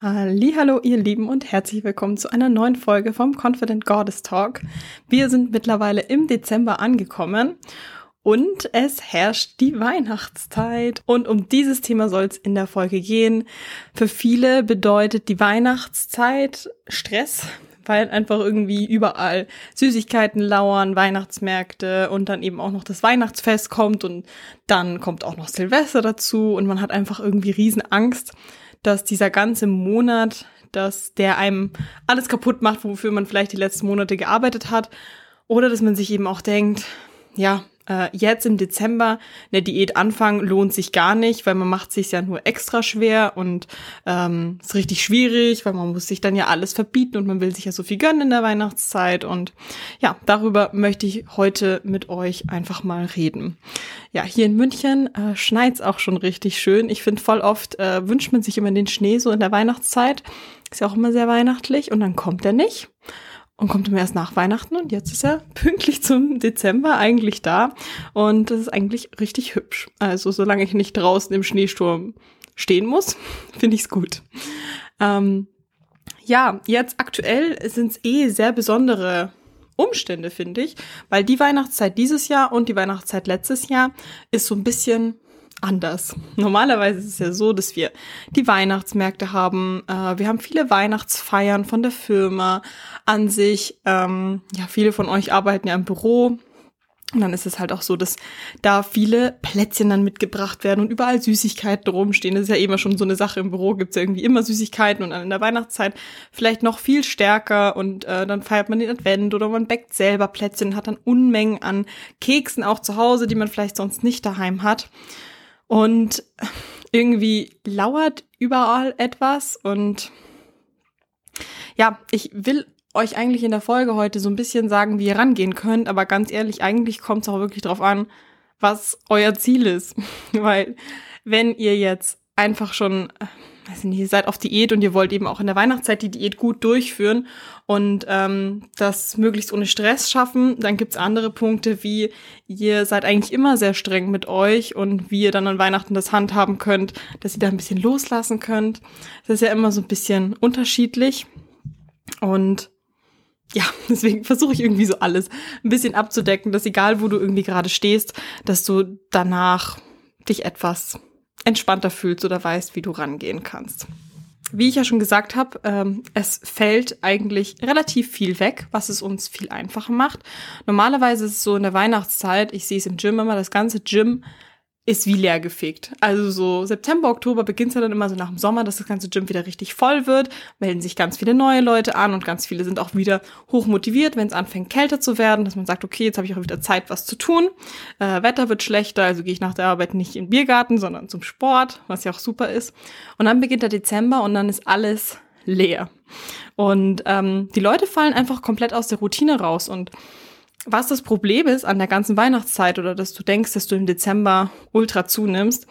Hallihallo, ihr Lieben, und herzlich willkommen zu einer neuen Folge vom Confident Goddess Talk. Wir sind mittlerweile im Dezember angekommen und es herrscht die Weihnachtszeit. Und um dieses Thema soll es in der Folge gehen. Für viele bedeutet die Weihnachtszeit Stress, weil einfach irgendwie überall Süßigkeiten lauern, Weihnachtsmärkte und dann eben auch noch das Weihnachtsfest kommt und dann kommt auch noch Silvester dazu und man hat einfach irgendwie riesen Angst, dass dieser ganze Monat, dass der einem alles kaputt macht, wofür man vielleicht die letzten Monate gearbeitet hat. Oder dass man sich eben auch denkt, ja, jetzt im Dezember eine Diät anfangen lohnt sich gar nicht, weil man macht sich ja nur extra schwer und ist richtig schwierig, weil man muss sich dann ja alles verbieten und man will sich ja so viel gönnen in der Weihnachtszeit. Und ja, darüber möchte ich heute mit euch einfach mal reden. Ja, hier in München schneit's auch schon richtig schön. Ich finde, voll oft wünscht man sich immer den Schnee so in der Weihnachtszeit. Ist ja auch immer sehr weihnachtlich und dann kommt er nicht. Und kommt immer erst nach Weihnachten und jetzt ist er pünktlich zum Dezember eigentlich da. Und das ist eigentlich richtig hübsch. Also solange ich nicht draußen im Schneesturm stehen muss, finde ich es gut. Ja, jetzt aktuell sind es sehr besondere Umstände, finde ich. Weil die Weihnachtszeit dieses Jahr und die Weihnachtszeit letztes Jahr ist so ein bisschen anders. Normalerweise ist es ja so, dass wir die Weihnachtsmärkte haben. Wir haben viele Weihnachtsfeiern von der Firma an sich. Ja, viele von euch arbeiten ja im Büro. Und dann ist es halt auch so, dass da viele Plätzchen dann mitgebracht werden und überall Süßigkeiten rumstehen. Das ist ja immer schon so eine Sache. Im Büro gibt's ja irgendwie immer Süßigkeiten und dann in der Weihnachtszeit vielleicht noch viel stärker. Und dann feiert man den Advent oder man backt selber Plätzchen, hat dann Unmengen an Keksen auch zu Hause, die man vielleicht sonst nicht daheim hat. Und irgendwie lauert überall etwas und ja, ich will euch eigentlich in der Folge heute so ein bisschen sagen, wie ihr rangehen könnt, aber ganz ehrlich, eigentlich kommt es auch wirklich drauf an, was euer Ziel ist. Weil wenn ihr jetzt einfach schon, weiß nicht, ihr seid auf Diät und ihr wollt eben auch in der Weihnachtszeit die Diät gut durchführen und das möglichst ohne Stress schaffen, dann gibt's andere Punkte, wie ihr seid eigentlich immer sehr streng mit euch und wie ihr dann an Weihnachten das handhaben könnt, dass ihr da ein bisschen loslassen könnt. Das ist ja immer so ein bisschen unterschiedlich und ja, deswegen versuche ich irgendwie so alles ein bisschen abzudecken, dass egal, wo du irgendwie gerade stehst, dass du danach dich etwas entspannter fühlst oder weißt, wie du rangehen kannst. Wie ich ja schon gesagt habe, es fällt eigentlich relativ viel weg, was es uns viel einfacher macht. Normalerweise ist es so in der Weihnachtszeit, ich sehe es im Gym immer, das ganze Gym ist wie leer gefegt. Also so September, Oktober beginnt es ja dann immer so nach dem Sommer, dass das ganze Gym wieder richtig voll wird, melden sich ganz viele neue Leute an und ganz viele sind auch wieder hoch motiviert, wenn es anfängt kälter zu werden, dass man sagt, okay, jetzt habe ich auch wieder Zeit, was zu tun. Wetter wird schlechter, also gehe ich nach der Arbeit nicht in den Biergarten, sondern zum Sport, was ja auch super ist. Und dann beginnt der Dezember und dann ist alles leer. Und die Leute fallen einfach komplett aus der Routine raus und was das Problem ist an der ganzen Weihnachtszeit oder dass du denkst, dass du im Dezember ultra zunimmst,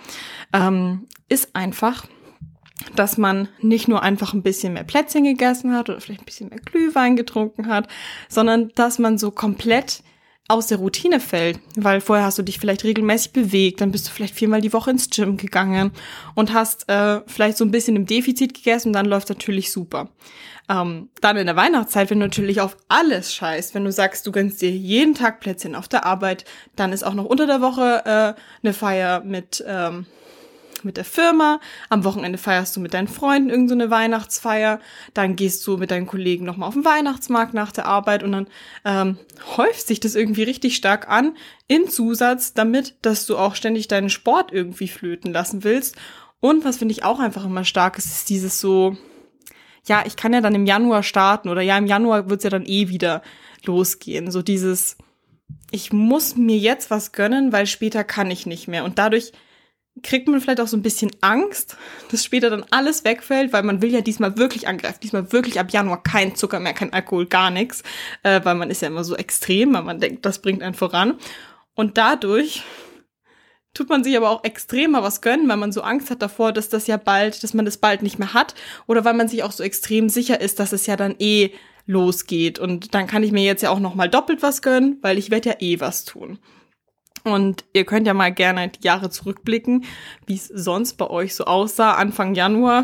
ist einfach, dass man nicht nur einfach ein bisschen mehr Plätzchen gegessen hat oder vielleicht ein bisschen mehr Glühwein getrunken hat, sondern dass man so komplett aus der Routine fällt, weil vorher hast du dich vielleicht regelmäßig bewegt, dann bist du vielleicht 4-mal die Woche ins Gym gegangen und hast vielleicht so ein bisschen im Defizit gegessen und dann läuft natürlich super. Dann in der Weihnachtszeit, wenn du natürlich auf alles scheißt, wenn du sagst, du gönnst dir jeden Tag Plätzchen auf der Arbeit, dann ist auch noch unter der Woche eine Feier mit der Firma, am Wochenende feierst du mit deinen Freunden irgend so eine Weihnachtsfeier, dann gehst du mit deinen Kollegen nochmal auf den Weihnachtsmarkt nach der Arbeit und dann häuft sich das irgendwie richtig stark an in Zusatz damit, dass du auch ständig deinen Sport irgendwie flöten lassen willst. Und was finde ich auch einfach immer stark ist dieses so, ja, ich kann ja dann im Januar starten oder ja, im Januar wird's ja dann wieder losgehen. So dieses, ich muss mir jetzt was gönnen, weil später kann ich nicht mehr. Und dadurch kriegt man vielleicht auch so ein bisschen Angst, dass später dann alles wegfällt, weil man will ja diesmal wirklich angreifen, diesmal wirklich ab Januar kein Zucker mehr, kein Alkohol, gar nichts, weil man ist ja immer so extrem, weil man denkt, das bringt einen voran. Und dadurch tut man sich aber auch extremer was gönnen, weil man so Angst hat davor, dass man das bald nicht mehr hat oder weil man sich auch so extrem sicher ist, dass es ja dann losgeht und dann kann ich mir jetzt ja auch nochmal doppelt was gönnen, weil ich werde ja was tun. Und ihr könnt ja mal gerne die Jahre zurückblicken, wie es sonst bei euch so aussah, Anfang Januar.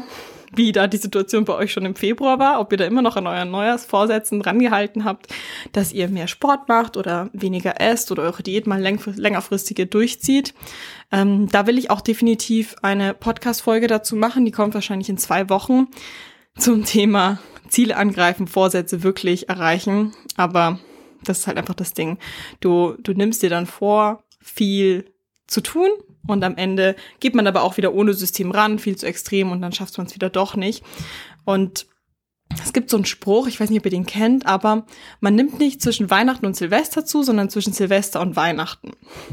wie da die Situation bei euch schon im Februar war, ob ihr da immer noch an euren Neujahrsvorsätzen drangehalten habt, dass ihr mehr Sport macht oder weniger esst oder eure Diät mal längerfristige durchzieht. Da will ich auch definitiv eine Podcast-Folge dazu machen, die kommt wahrscheinlich in 2 Wochen zum Thema Ziele angreifen, Vorsätze wirklich erreichen, aber das ist halt einfach das Ding. Du nimmst dir dann vor, viel zu tun und am Ende geht man aber auch wieder ohne System ran, viel zu extrem und dann schafft man es wieder doch nicht. Und es gibt so einen Spruch, ich weiß nicht, ob ihr den kennt, aber man nimmt nicht zwischen Weihnachten und Silvester zu, sondern zwischen Silvester und Weihnachten.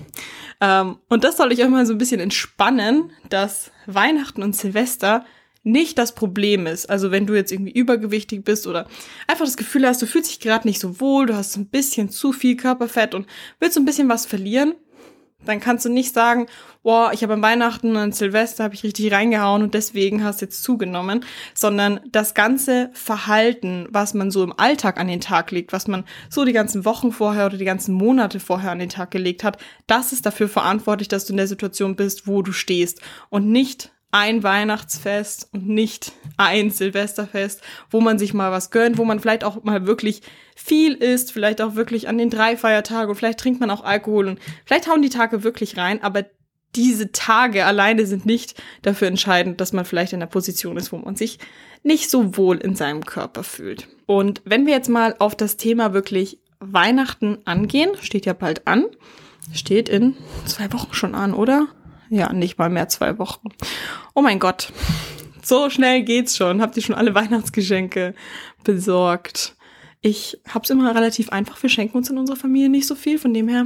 Und das soll euch auch mal so ein bisschen entspannen, dass Weihnachten und Silvester nicht das Problem ist. Also wenn du jetzt irgendwie übergewichtig bist oder einfach das Gefühl hast, du fühlst dich gerade nicht so wohl, du hast ein bisschen zu viel Körperfett und willst so ein bisschen was verlieren, dann kannst du nicht sagen, boah, ich habe an Weihnachten und an Silvester habe ich richtig reingehauen und deswegen hast du jetzt zugenommen, sondern das ganze Verhalten, was man so im Alltag an den Tag legt, was man so die ganzen Wochen vorher oder die ganzen Monate vorher an den Tag gelegt hat, das ist dafür verantwortlich, dass du in der Situation bist, wo du stehst und nicht ein Weihnachtsfest und nicht ein Silvesterfest, wo man sich mal was gönnt, wo man vielleicht auch mal wirklich viel isst, vielleicht auch wirklich an den 3 Feiertagen und vielleicht trinkt man auch Alkohol und vielleicht hauen die Tage wirklich rein, aber diese Tage alleine sind nicht dafür entscheidend, dass man vielleicht in der Position ist, wo man sich nicht so wohl in seinem Körper fühlt. Und wenn wir jetzt mal auf das Thema wirklich Weihnachten angehen, steht ja bald an, steht in 2 Wochen schon an, oder? Ja, nicht mal mehr 2 Wochen. Oh mein Gott, so schnell geht's schon. Habt ihr schon alle Weihnachtsgeschenke besorgt? Ich hab's immer relativ einfach. Wir schenken uns in unserer Familie nicht so viel. Von dem her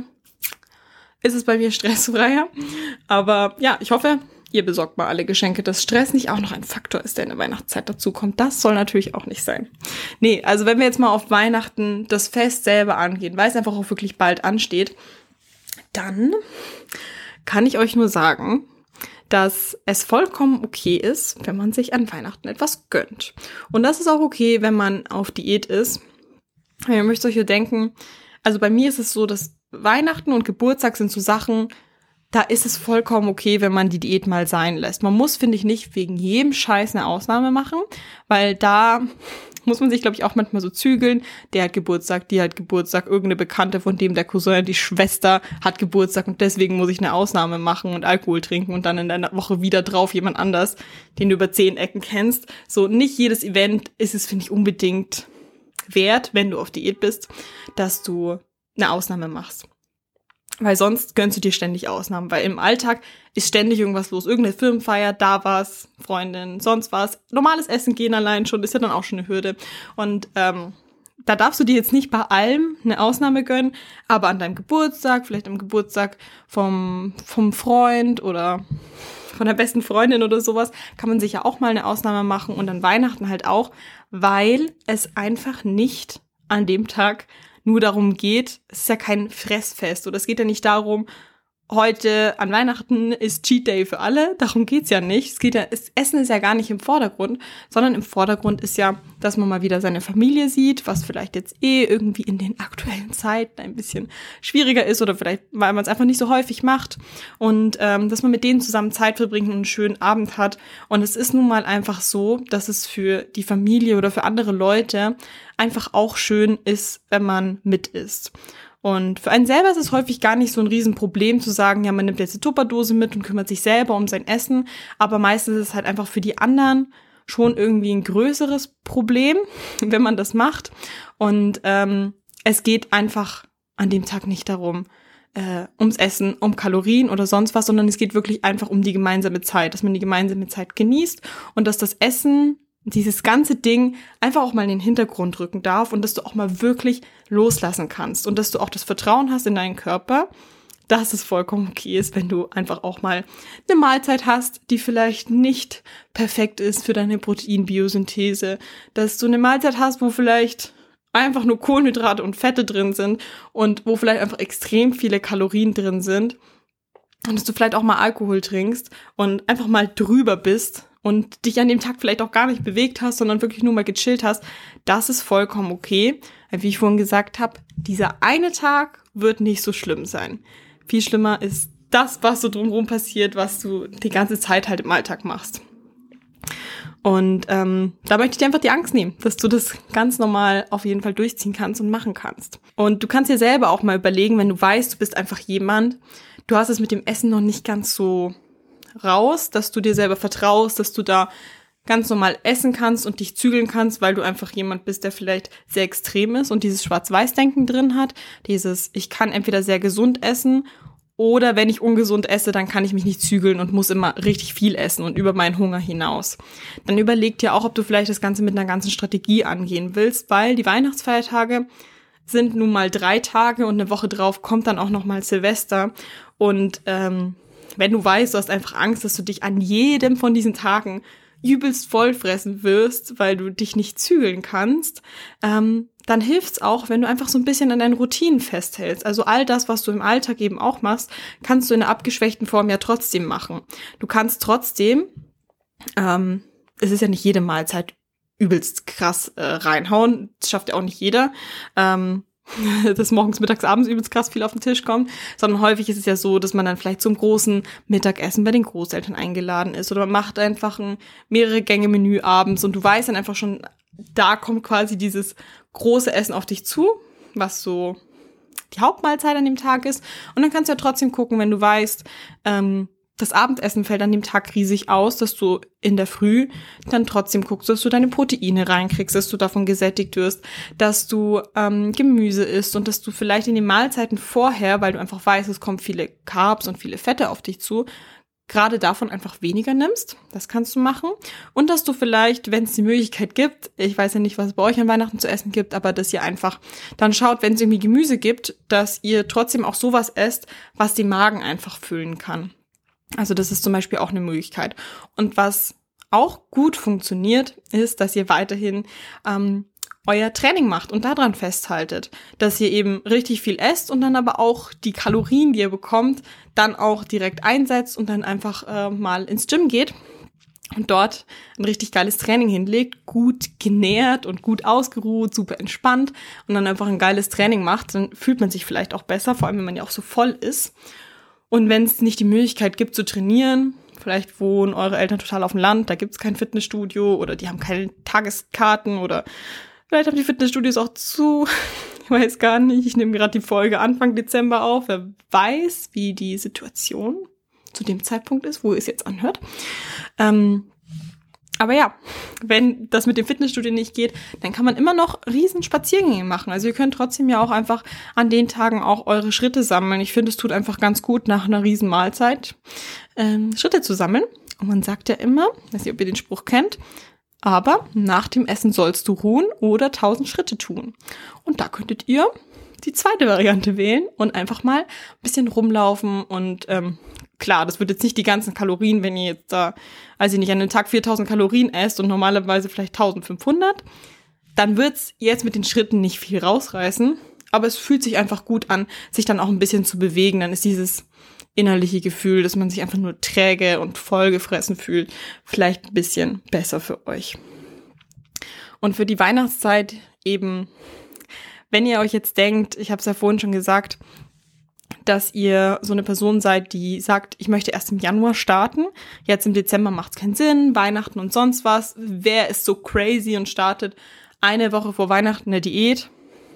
ist es bei mir stressfreier. Aber ja, ich hoffe, ihr besorgt mal alle Geschenke, dass Stress nicht auch noch ein Faktor ist, der in der Weihnachtszeit dazu kommt. Das soll natürlich auch nicht sein. Nee, also wenn wir jetzt mal auf Weihnachten das Fest selber angehen, weil es einfach auch wirklich bald ansteht, dann kann ich euch nur sagen, dass es vollkommen okay ist, wenn man sich an Weihnachten etwas gönnt. Und das ist auch okay, wenn man auf Diät ist. Ihr müsst euch hier denken, also bei mir ist es so, dass Weihnachten und Geburtstag sind so Sachen, da ist es vollkommen okay, wenn man die Diät mal sein lässt. Man muss, finde ich, nicht wegen jedem Scheiß eine Ausnahme machen, weil da muss man sich, glaube ich, auch manchmal so zügeln. Der hat Geburtstag, die hat Geburtstag, irgendeine Bekannte von dem der Cousin, die Schwester hat Geburtstag und deswegen muss ich eine Ausnahme machen und Alkohol trinken und dann in der Woche wieder drauf jemand anders, den du über 10 Ecken kennst. So, nicht jedes Event ist es, finde ich, unbedingt wert, wenn du auf Diät bist, dass du eine Ausnahme machst. Weil sonst gönnst du dir ständig Ausnahmen, weil im Alltag ist ständig irgendwas los. Irgendeine Firmenfeier, da was, Freundin, sonst was. Normales Essen gehen allein schon, ist ja dann auch schon eine Hürde. Und da darfst du dir jetzt nicht bei allem eine Ausnahme gönnen, aber an deinem Geburtstag, vielleicht am Geburtstag vom Freund oder von der besten Freundin oder sowas, kann man sich ja auch mal eine Ausnahme machen und an Weihnachten halt auch, weil es einfach nicht an dem Tag nur darum geht, es ist ja kein Fressfest oder es geht ja nicht darum, heute an Weihnachten ist Cheat Day für alle, darum geht's ja nicht. Das Essen ist ja gar nicht im Vordergrund, sondern im Vordergrund ist ja, dass man mal wieder seine Familie sieht, was vielleicht jetzt irgendwie in den aktuellen Zeiten ein bisschen schwieriger ist oder vielleicht, weil man es einfach nicht so häufig macht und dass man mit denen zusammen Zeit verbringt und einen schönen Abend hat. Und es ist nun mal einfach so, dass es für die Familie oder für andere Leute einfach auch schön ist, wenn man mit isst. Und für einen selber ist es häufig gar nicht so ein Riesenproblem zu sagen, ja, man nimmt jetzt eine Tupperdose mit und kümmert sich selber um sein Essen. Aber meistens ist es halt einfach für die anderen schon irgendwie ein größeres Problem, wenn man das macht. Und es geht einfach an dem Tag nicht darum, ums Essen, um Kalorien oder sonst was, sondern es geht wirklich einfach um die gemeinsame Zeit, dass man die gemeinsame Zeit genießt und dass das Essen, dieses ganze Ding einfach auch mal in den Hintergrund rücken darf und dass du auch mal wirklich loslassen kannst und dass du auch das Vertrauen hast in deinen Körper, dass es vollkommen okay ist, wenn du einfach auch mal eine Mahlzeit hast, die vielleicht nicht perfekt ist für deine Proteinbiosynthese, dass du eine Mahlzeit hast, wo vielleicht einfach nur Kohlenhydrate und Fette drin sind und wo vielleicht einfach extrem viele Kalorien drin sind und dass du vielleicht auch mal Alkohol trinkst und einfach mal drüber bist und dich an dem Tag vielleicht auch gar nicht bewegt hast, sondern wirklich nur mal gechillt hast, das ist vollkommen okay. Wie ich vorhin gesagt habe, dieser eine Tag wird nicht so schlimm sein. Viel schlimmer ist das, was so drumherum passiert, was du die ganze Zeit halt im Alltag machst. Und da möchte ich dir einfach die Angst nehmen, dass du das ganz normal auf jeden Fall durchziehen kannst und machen kannst. Und du kannst dir selber auch mal überlegen, wenn du weißt, du bist einfach jemand, du hast es mit dem Essen noch nicht ganz so raus, dass du dir selber vertraust, dass du da ganz normal essen kannst und dich zügeln kannst, weil du einfach jemand bist, der vielleicht sehr extrem ist und dieses Schwarz-Weiß-Denken drin hat. Dieses, ich kann entweder sehr gesund essen oder wenn ich ungesund esse, dann kann ich mich nicht zügeln und muss immer richtig viel essen und über meinen Hunger hinaus. Dann überleg dir auch, ob du vielleicht das Ganze mit einer ganzen Strategie angehen willst, weil die Weihnachtsfeiertage sind nun mal 3 Tage und eine Woche drauf kommt dann auch noch mal Silvester. Und wenn du weißt, du hast einfach Angst, dass du dich an jedem von diesen Tagen übelst vollfressen wirst, weil du dich nicht zügeln kannst, dann hilft's auch, wenn du einfach so ein bisschen an deinen Routinen festhältst. Also all das, was du im Alltag eben auch machst, kannst du in einer abgeschwächten Form ja trotzdem machen. Du kannst trotzdem, es ist ja nicht jede Mahlzeit übelst krass reinhauen, das schafft ja auch nicht jeder, dass morgens, mittags, abends übelst krass viel auf den Tisch kommt, sondern häufig ist es ja so, dass man dann vielleicht zum großen Mittagessen bei den Großeltern eingeladen ist oder man macht einfach ein mehrere Gänge Menü abends und du weißt dann einfach schon, da kommt quasi dieses große Essen auf dich zu, was so die Hauptmahlzeit an dem Tag ist. Und dann kannst du ja trotzdem gucken, wenn du weißt, das Abendessen fällt an dem Tag riesig aus, dass du in der Früh dann trotzdem guckst, dass du deine Proteine reinkriegst, dass du davon gesättigt wirst, dass du Gemüse isst und dass du vielleicht in den Mahlzeiten vorher, weil du einfach weißt, es kommen viele Carbs und viele Fette auf dich zu, gerade davon einfach weniger nimmst. Das kannst du machen. Und dass du vielleicht, wenn es die Möglichkeit gibt, ich weiß ja nicht, was es bei euch an Weihnachten zu essen gibt, aber dass ihr einfach dann schaut, wenn es irgendwie Gemüse gibt, dass ihr trotzdem auch sowas esst, was den Magen einfach füllen kann. Also das ist zum Beispiel auch eine Möglichkeit. Und was auch gut funktioniert, ist, dass ihr weiterhin euer Training macht und daran festhaltet, dass ihr eben richtig viel esst und dann aber auch die Kalorien, die ihr bekommt, dann auch direkt einsetzt und dann einfach mal ins Gym geht und dort ein richtig geiles Training hinlegt, gut genährt und gut ausgeruht, super entspannt und dann einfach ein geiles Training macht, dann fühlt man sich vielleicht auch besser, vor allem wenn man ja auch so voll ist. Und wenn es nicht die Möglichkeit gibt zu trainieren, vielleicht wohnen eure Eltern total auf dem Land, da gibt es kein Fitnessstudio oder die haben keine Tageskarten oder vielleicht haben die Fitnessstudios auch zu. Ich weiß gar nicht, ich nehme gerade die Folge Anfang Dezember auf. Wer weiß, wie die Situation zu dem Zeitpunkt ist, wo ihr es jetzt anhört. Aber ja, wenn das mit dem Fitnessstudio nicht geht, dann kann man immer noch riesen Spaziergänge machen. Also ihr könnt trotzdem ja auch einfach an den Tagen auch eure Schritte sammeln. Ich finde, es tut einfach ganz gut, nach einer riesen Mahlzeit Schritte zu sammeln. Und man sagt ja immer, ich weiß nicht, ob ihr den Spruch kennt, aber nach dem Essen sollst du ruhen oder 1000 Schritte tun. Und da könntet ihr die zweite Variante wählen und einfach mal ein bisschen rumlaufen und klar, das wird jetzt nicht die ganzen Kalorien, wenn ihr jetzt da, also nicht an den Tag 4000 Kalorien esst und normalerweise vielleicht 1500, dann wird's jetzt mit den Schritten nicht viel rausreißen, aber es fühlt sich einfach gut an, sich dann auch ein bisschen zu bewegen. Dann ist dieses innerliche Gefühl, dass man sich einfach nur träge und vollgefressen fühlt, vielleicht ein bisschen besser für euch. Und für die Weihnachtszeit eben, wenn ihr euch jetzt denkt, ich habe es ja vorhin schon gesagt, dass ihr so eine Person seid, die sagt, ich möchte erst im Januar starten. Jetzt im Dezember macht es keinen Sinn, Weihnachten und sonst was. Wer ist so crazy und startet eine Woche vor Weihnachten eine Diät?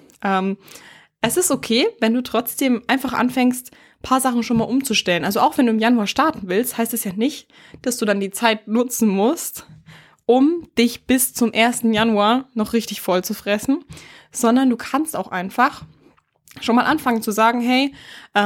Es ist okay, wenn du trotzdem einfach anfängst, ein paar Sachen schon mal umzustellen. Also auch wenn du im Januar starten willst, heißt es ja nicht, dass du dann die Zeit nutzen musst, um dich bis zum 1. Januar noch richtig voll zu fressen, sondern du kannst auch einfach schon mal anfangen zu sagen, hey,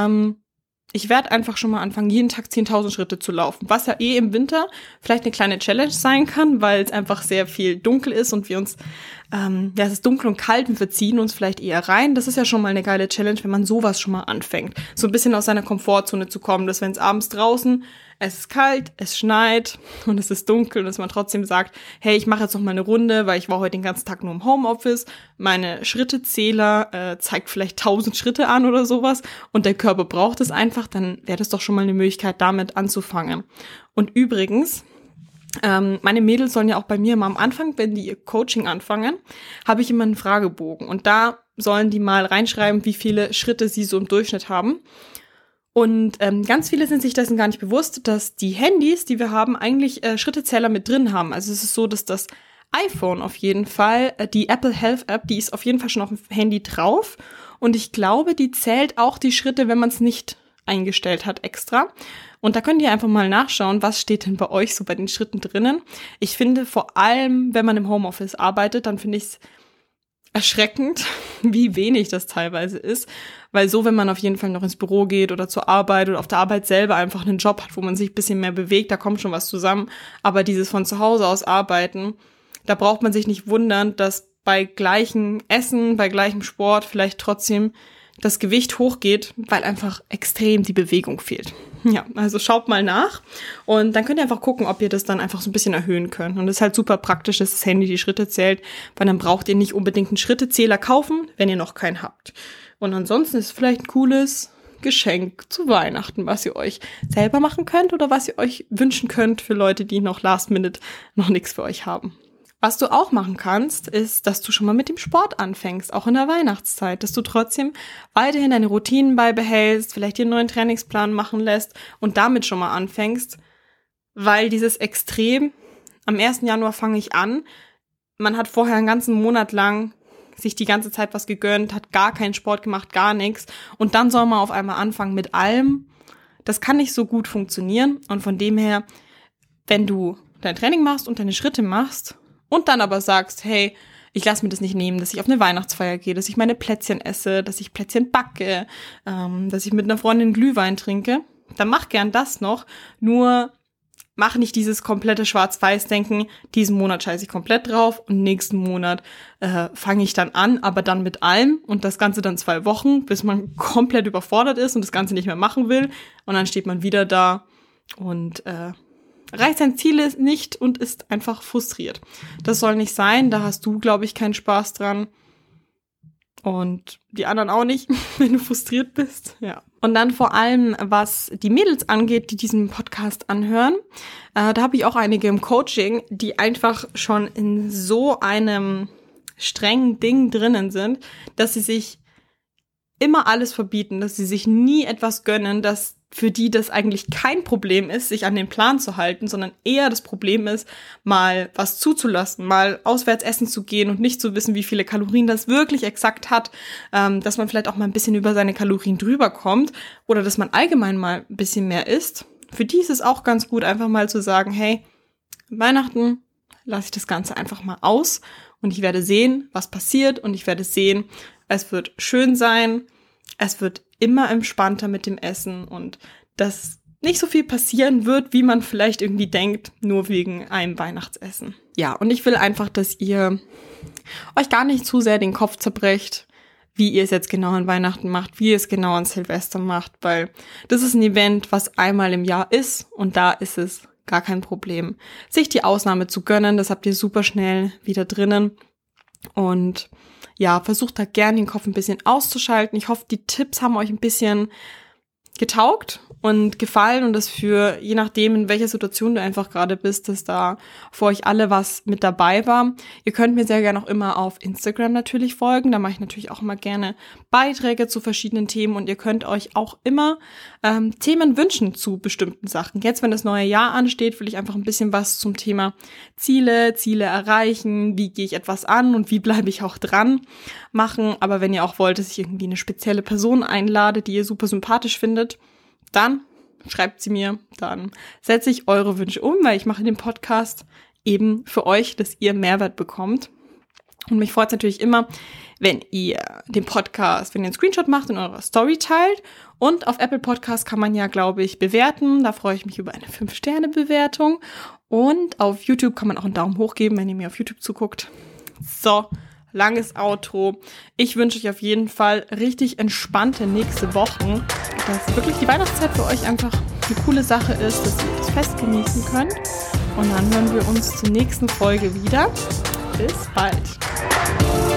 ich werde einfach schon mal anfangen, jeden Tag 10.000 Schritte zu laufen, was ja im Winter vielleicht eine kleine Challenge sein kann, weil es einfach sehr viel dunkel ist und wir uns, es ist dunkel und kalt und wir ziehen uns vielleicht eher rein. Das ist ja schon mal eine geile Challenge, wenn man sowas schon mal anfängt, so ein bisschen aus seiner Komfortzone zu kommen, dass wenn es abends draußen, es ist kalt, es schneit und es ist dunkel, dass man trotzdem sagt, hey, ich mache jetzt noch mal eine Runde, weil ich war heute den ganzen Tag nur im Homeoffice. Meine Schrittezähler zeigt vielleicht 1000 Schritte an oder sowas und der Körper braucht es einfach, dann wäre das doch schon mal eine Möglichkeit, damit anzufangen. Und übrigens, meine Mädels sollen ja auch bei mir immer am Anfang, wenn die ihr Coaching anfangen, habe ich immer einen Fragebogen und da sollen die mal reinschreiben, wie viele Schritte sie so im Durchschnitt haben. Und ganz viele sind sich dessen gar nicht bewusst, dass die Handys, die wir haben, eigentlich Schrittezähler mit drin haben. Also es ist so, dass das iPhone auf jeden Fall, die Apple Health App, die ist auf jeden Fall schon auf dem Handy drauf. Und ich glaube, die zählt auch die Schritte, wenn man es nicht eingestellt hat extra. Und da könnt ihr einfach mal nachschauen, was steht denn bei euch so bei den Schritten drinnen. Ich finde vor allem, wenn man im Homeoffice arbeitet, dann finde ich es erschreckend, wie wenig das teilweise ist. Weil so, wenn man auf jeden Fall noch ins Büro geht oder zur Arbeit oder auf der Arbeit selber einfach einen Job hat, wo man sich ein bisschen mehr bewegt, da kommt schon was zusammen. Aber dieses von zu Hause aus arbeiten, da braucht man sich nicht wundern, dass bei gleichem Essen, bei gleichem Sport vielleicht trotzdem das Gewicht hochgeht, weil einfach extrem die Bewegung fehlt. Ja, also schaut mal nach und dann könnt ihr einfach gucken, ob ihr das dann einfach so ein bisschen erhöhen könnt. Und das ist halt super praktisch, dass das Handy die Schritte zählt, weil dann braucht ihr nicht unbedingt einen Schrittezähler kaufen, wenn ihr noch keinen habt. Und ansonsten ist es vielleicht ein cooles Geschenk zu Weihnachten, was ihr euch selber machen könnt oder was ihr euch wünschen könnt für Leute, die noch last minute noch nichts für euch haben. Was du auch machen kannst, ist, dass du schon mal mit dem Sport anfängst, auch in der Weihnachtszeit, dass du trotzdem weiterhin deine Routinen beibehältst, vielleicht dir einen neuen Trainingsplan machen lässt und damit schon mal anfängst, weil dieses Extrem, am 1. Januar fange ich an, man hat vorher einen ganzen Monat lang sich die ganze Zeit was gegönnt, hat gar keinen Sport gemacht, gar nichts und dann soll man auf einmal anfangen mit allem. Das kann nicht so gut funktionieren und von dem her, wenn du dein Training machst und deine Schritte machst, und dann aber sagst, hey, ich lasse mir das nicht nehmen, dass ich auf eine Weihnachtsfeier gehe, dass ich meine Plätzchen esse, dass ich Plätzchen backe, dass ich mit einer Freundin Glühwein trinke, dann mach gern das noch, nur mach nicht dieses komplette Schwarz-Weiß-Denken, diesen Monat scheiße ich komplett drauf und nächsten Monat fange ich dann an, aber dann mit allem und das Ganze dann 2 Wochen, bis man komplett überfordert ist und das Ganze nicht mehr machen will und dann steht man wieder da und erreicht sein Ziel nicht und ist einfach frustriert. Das soll nicht sein, da hast du, glaube ich, keinen Spaß dran. Und die anderen auch nicht, wenn du frustriert bist. Ja. Und dann vor allem, was die Mädels angeht, die diesen Podcast anhören, da habe ich auch einige im Coaching, die einfach schon in so einem strengen Ding drinnen sind, dass sie sich immer alles verbieten, dass sie sich nie etwas gönnen, dass für die das eigentlich kein Problem ist, sich an den Plan zu halten, sondern eher das Problem ist, mal was zuzulassen, mal auswärts essen zu gehen und nicht zu wissen, wie viele Kalorien das wirklich exakt hat, dass man vielleicht auch mal ein bisschen über seine Kalorien drüber kommt oder dass man allgemein mal ein bisschen mehr isst. Für die ist es auch ganz gut, einfach mal zu sagen, hey, Weihnachten lasse ich das Ganze einfach mal aus und ich werde sehen, was passiert und ich werde sehen, es wird schön sein, es wird immer entspannter mit dem Essen und dass nicht so viel passieren wird, wie man vielleicht irgendwie denkt, nur wegen einem Weihnachtsessen. Ja, und ich will einfach, dass ihr euch gar nicht zu sehr den Kopf zerbrecht, wie ihr es jetzt genau an Weihnachten macht, wie ihr es genau an Silvester macht, weil das ist ein Event, was einmal im Jahr ist und da ist es gar kein Problem, sich die Ausnahme zu gönnen. Das habt ihr super schnell wieder drinnen und ja, versucht da gerne den Kopf ein bisschen auszuschalten. Ich hoffe, die Tipps haben euch ein bisschen getaugt und gefallen und das für, je nachdem, in welcher Situation du einfach gerade bist, dass da für euch alle was mit dabei war. Ihr könnt mir sehr gerne auch immer auf Instagram natürlich folgen. Da mache ich natürlich auch immer gerne Beiträge zu verschiedenen Themen und ihr könnt euch auch immer Themen wünschen zu bestimmten Sachen. Jetzt, wenn das neue Jahr ansteht, will ich einfach ein bisschen was zum Thema Ziele erreichen, wie gehe ich etwas an und wie bleibe ich auch dran machen. Aber wenn ihr auch wollt, dass ich irgendwie eine spezielle Person einlade, die ihr super sympathisch findet, dann schreibt sie mir, dann setze ich eure Wünsche um, weil ich mache den Podcast eben für euch, dass ihr Mehrwert bekommt. Und mich freut es natürlich immer, wenn ihr den Podcast, wenn ihr einen Screenshot macht und eure Story teilt. Und auf Apple Podcast kann man ja, glaube ich, bewerten. Da freue ich mich über eine 5-Sterne-Bewertung. Und auf YouTube kann man auch einen Daumen hoch geben, wenn ihr mir auf YouTube zuguckt. So, langes Outro. Ich wünsche euch auf jeden Fall richtig entspannte nächste Wochen, dass wirklich die Weihnachtszeit für euch einfach eine coole Sache ist, dass ihr das Fest genießen könnt. Und dann hören wir uns zur nächsten Folge wieder. Bis bald.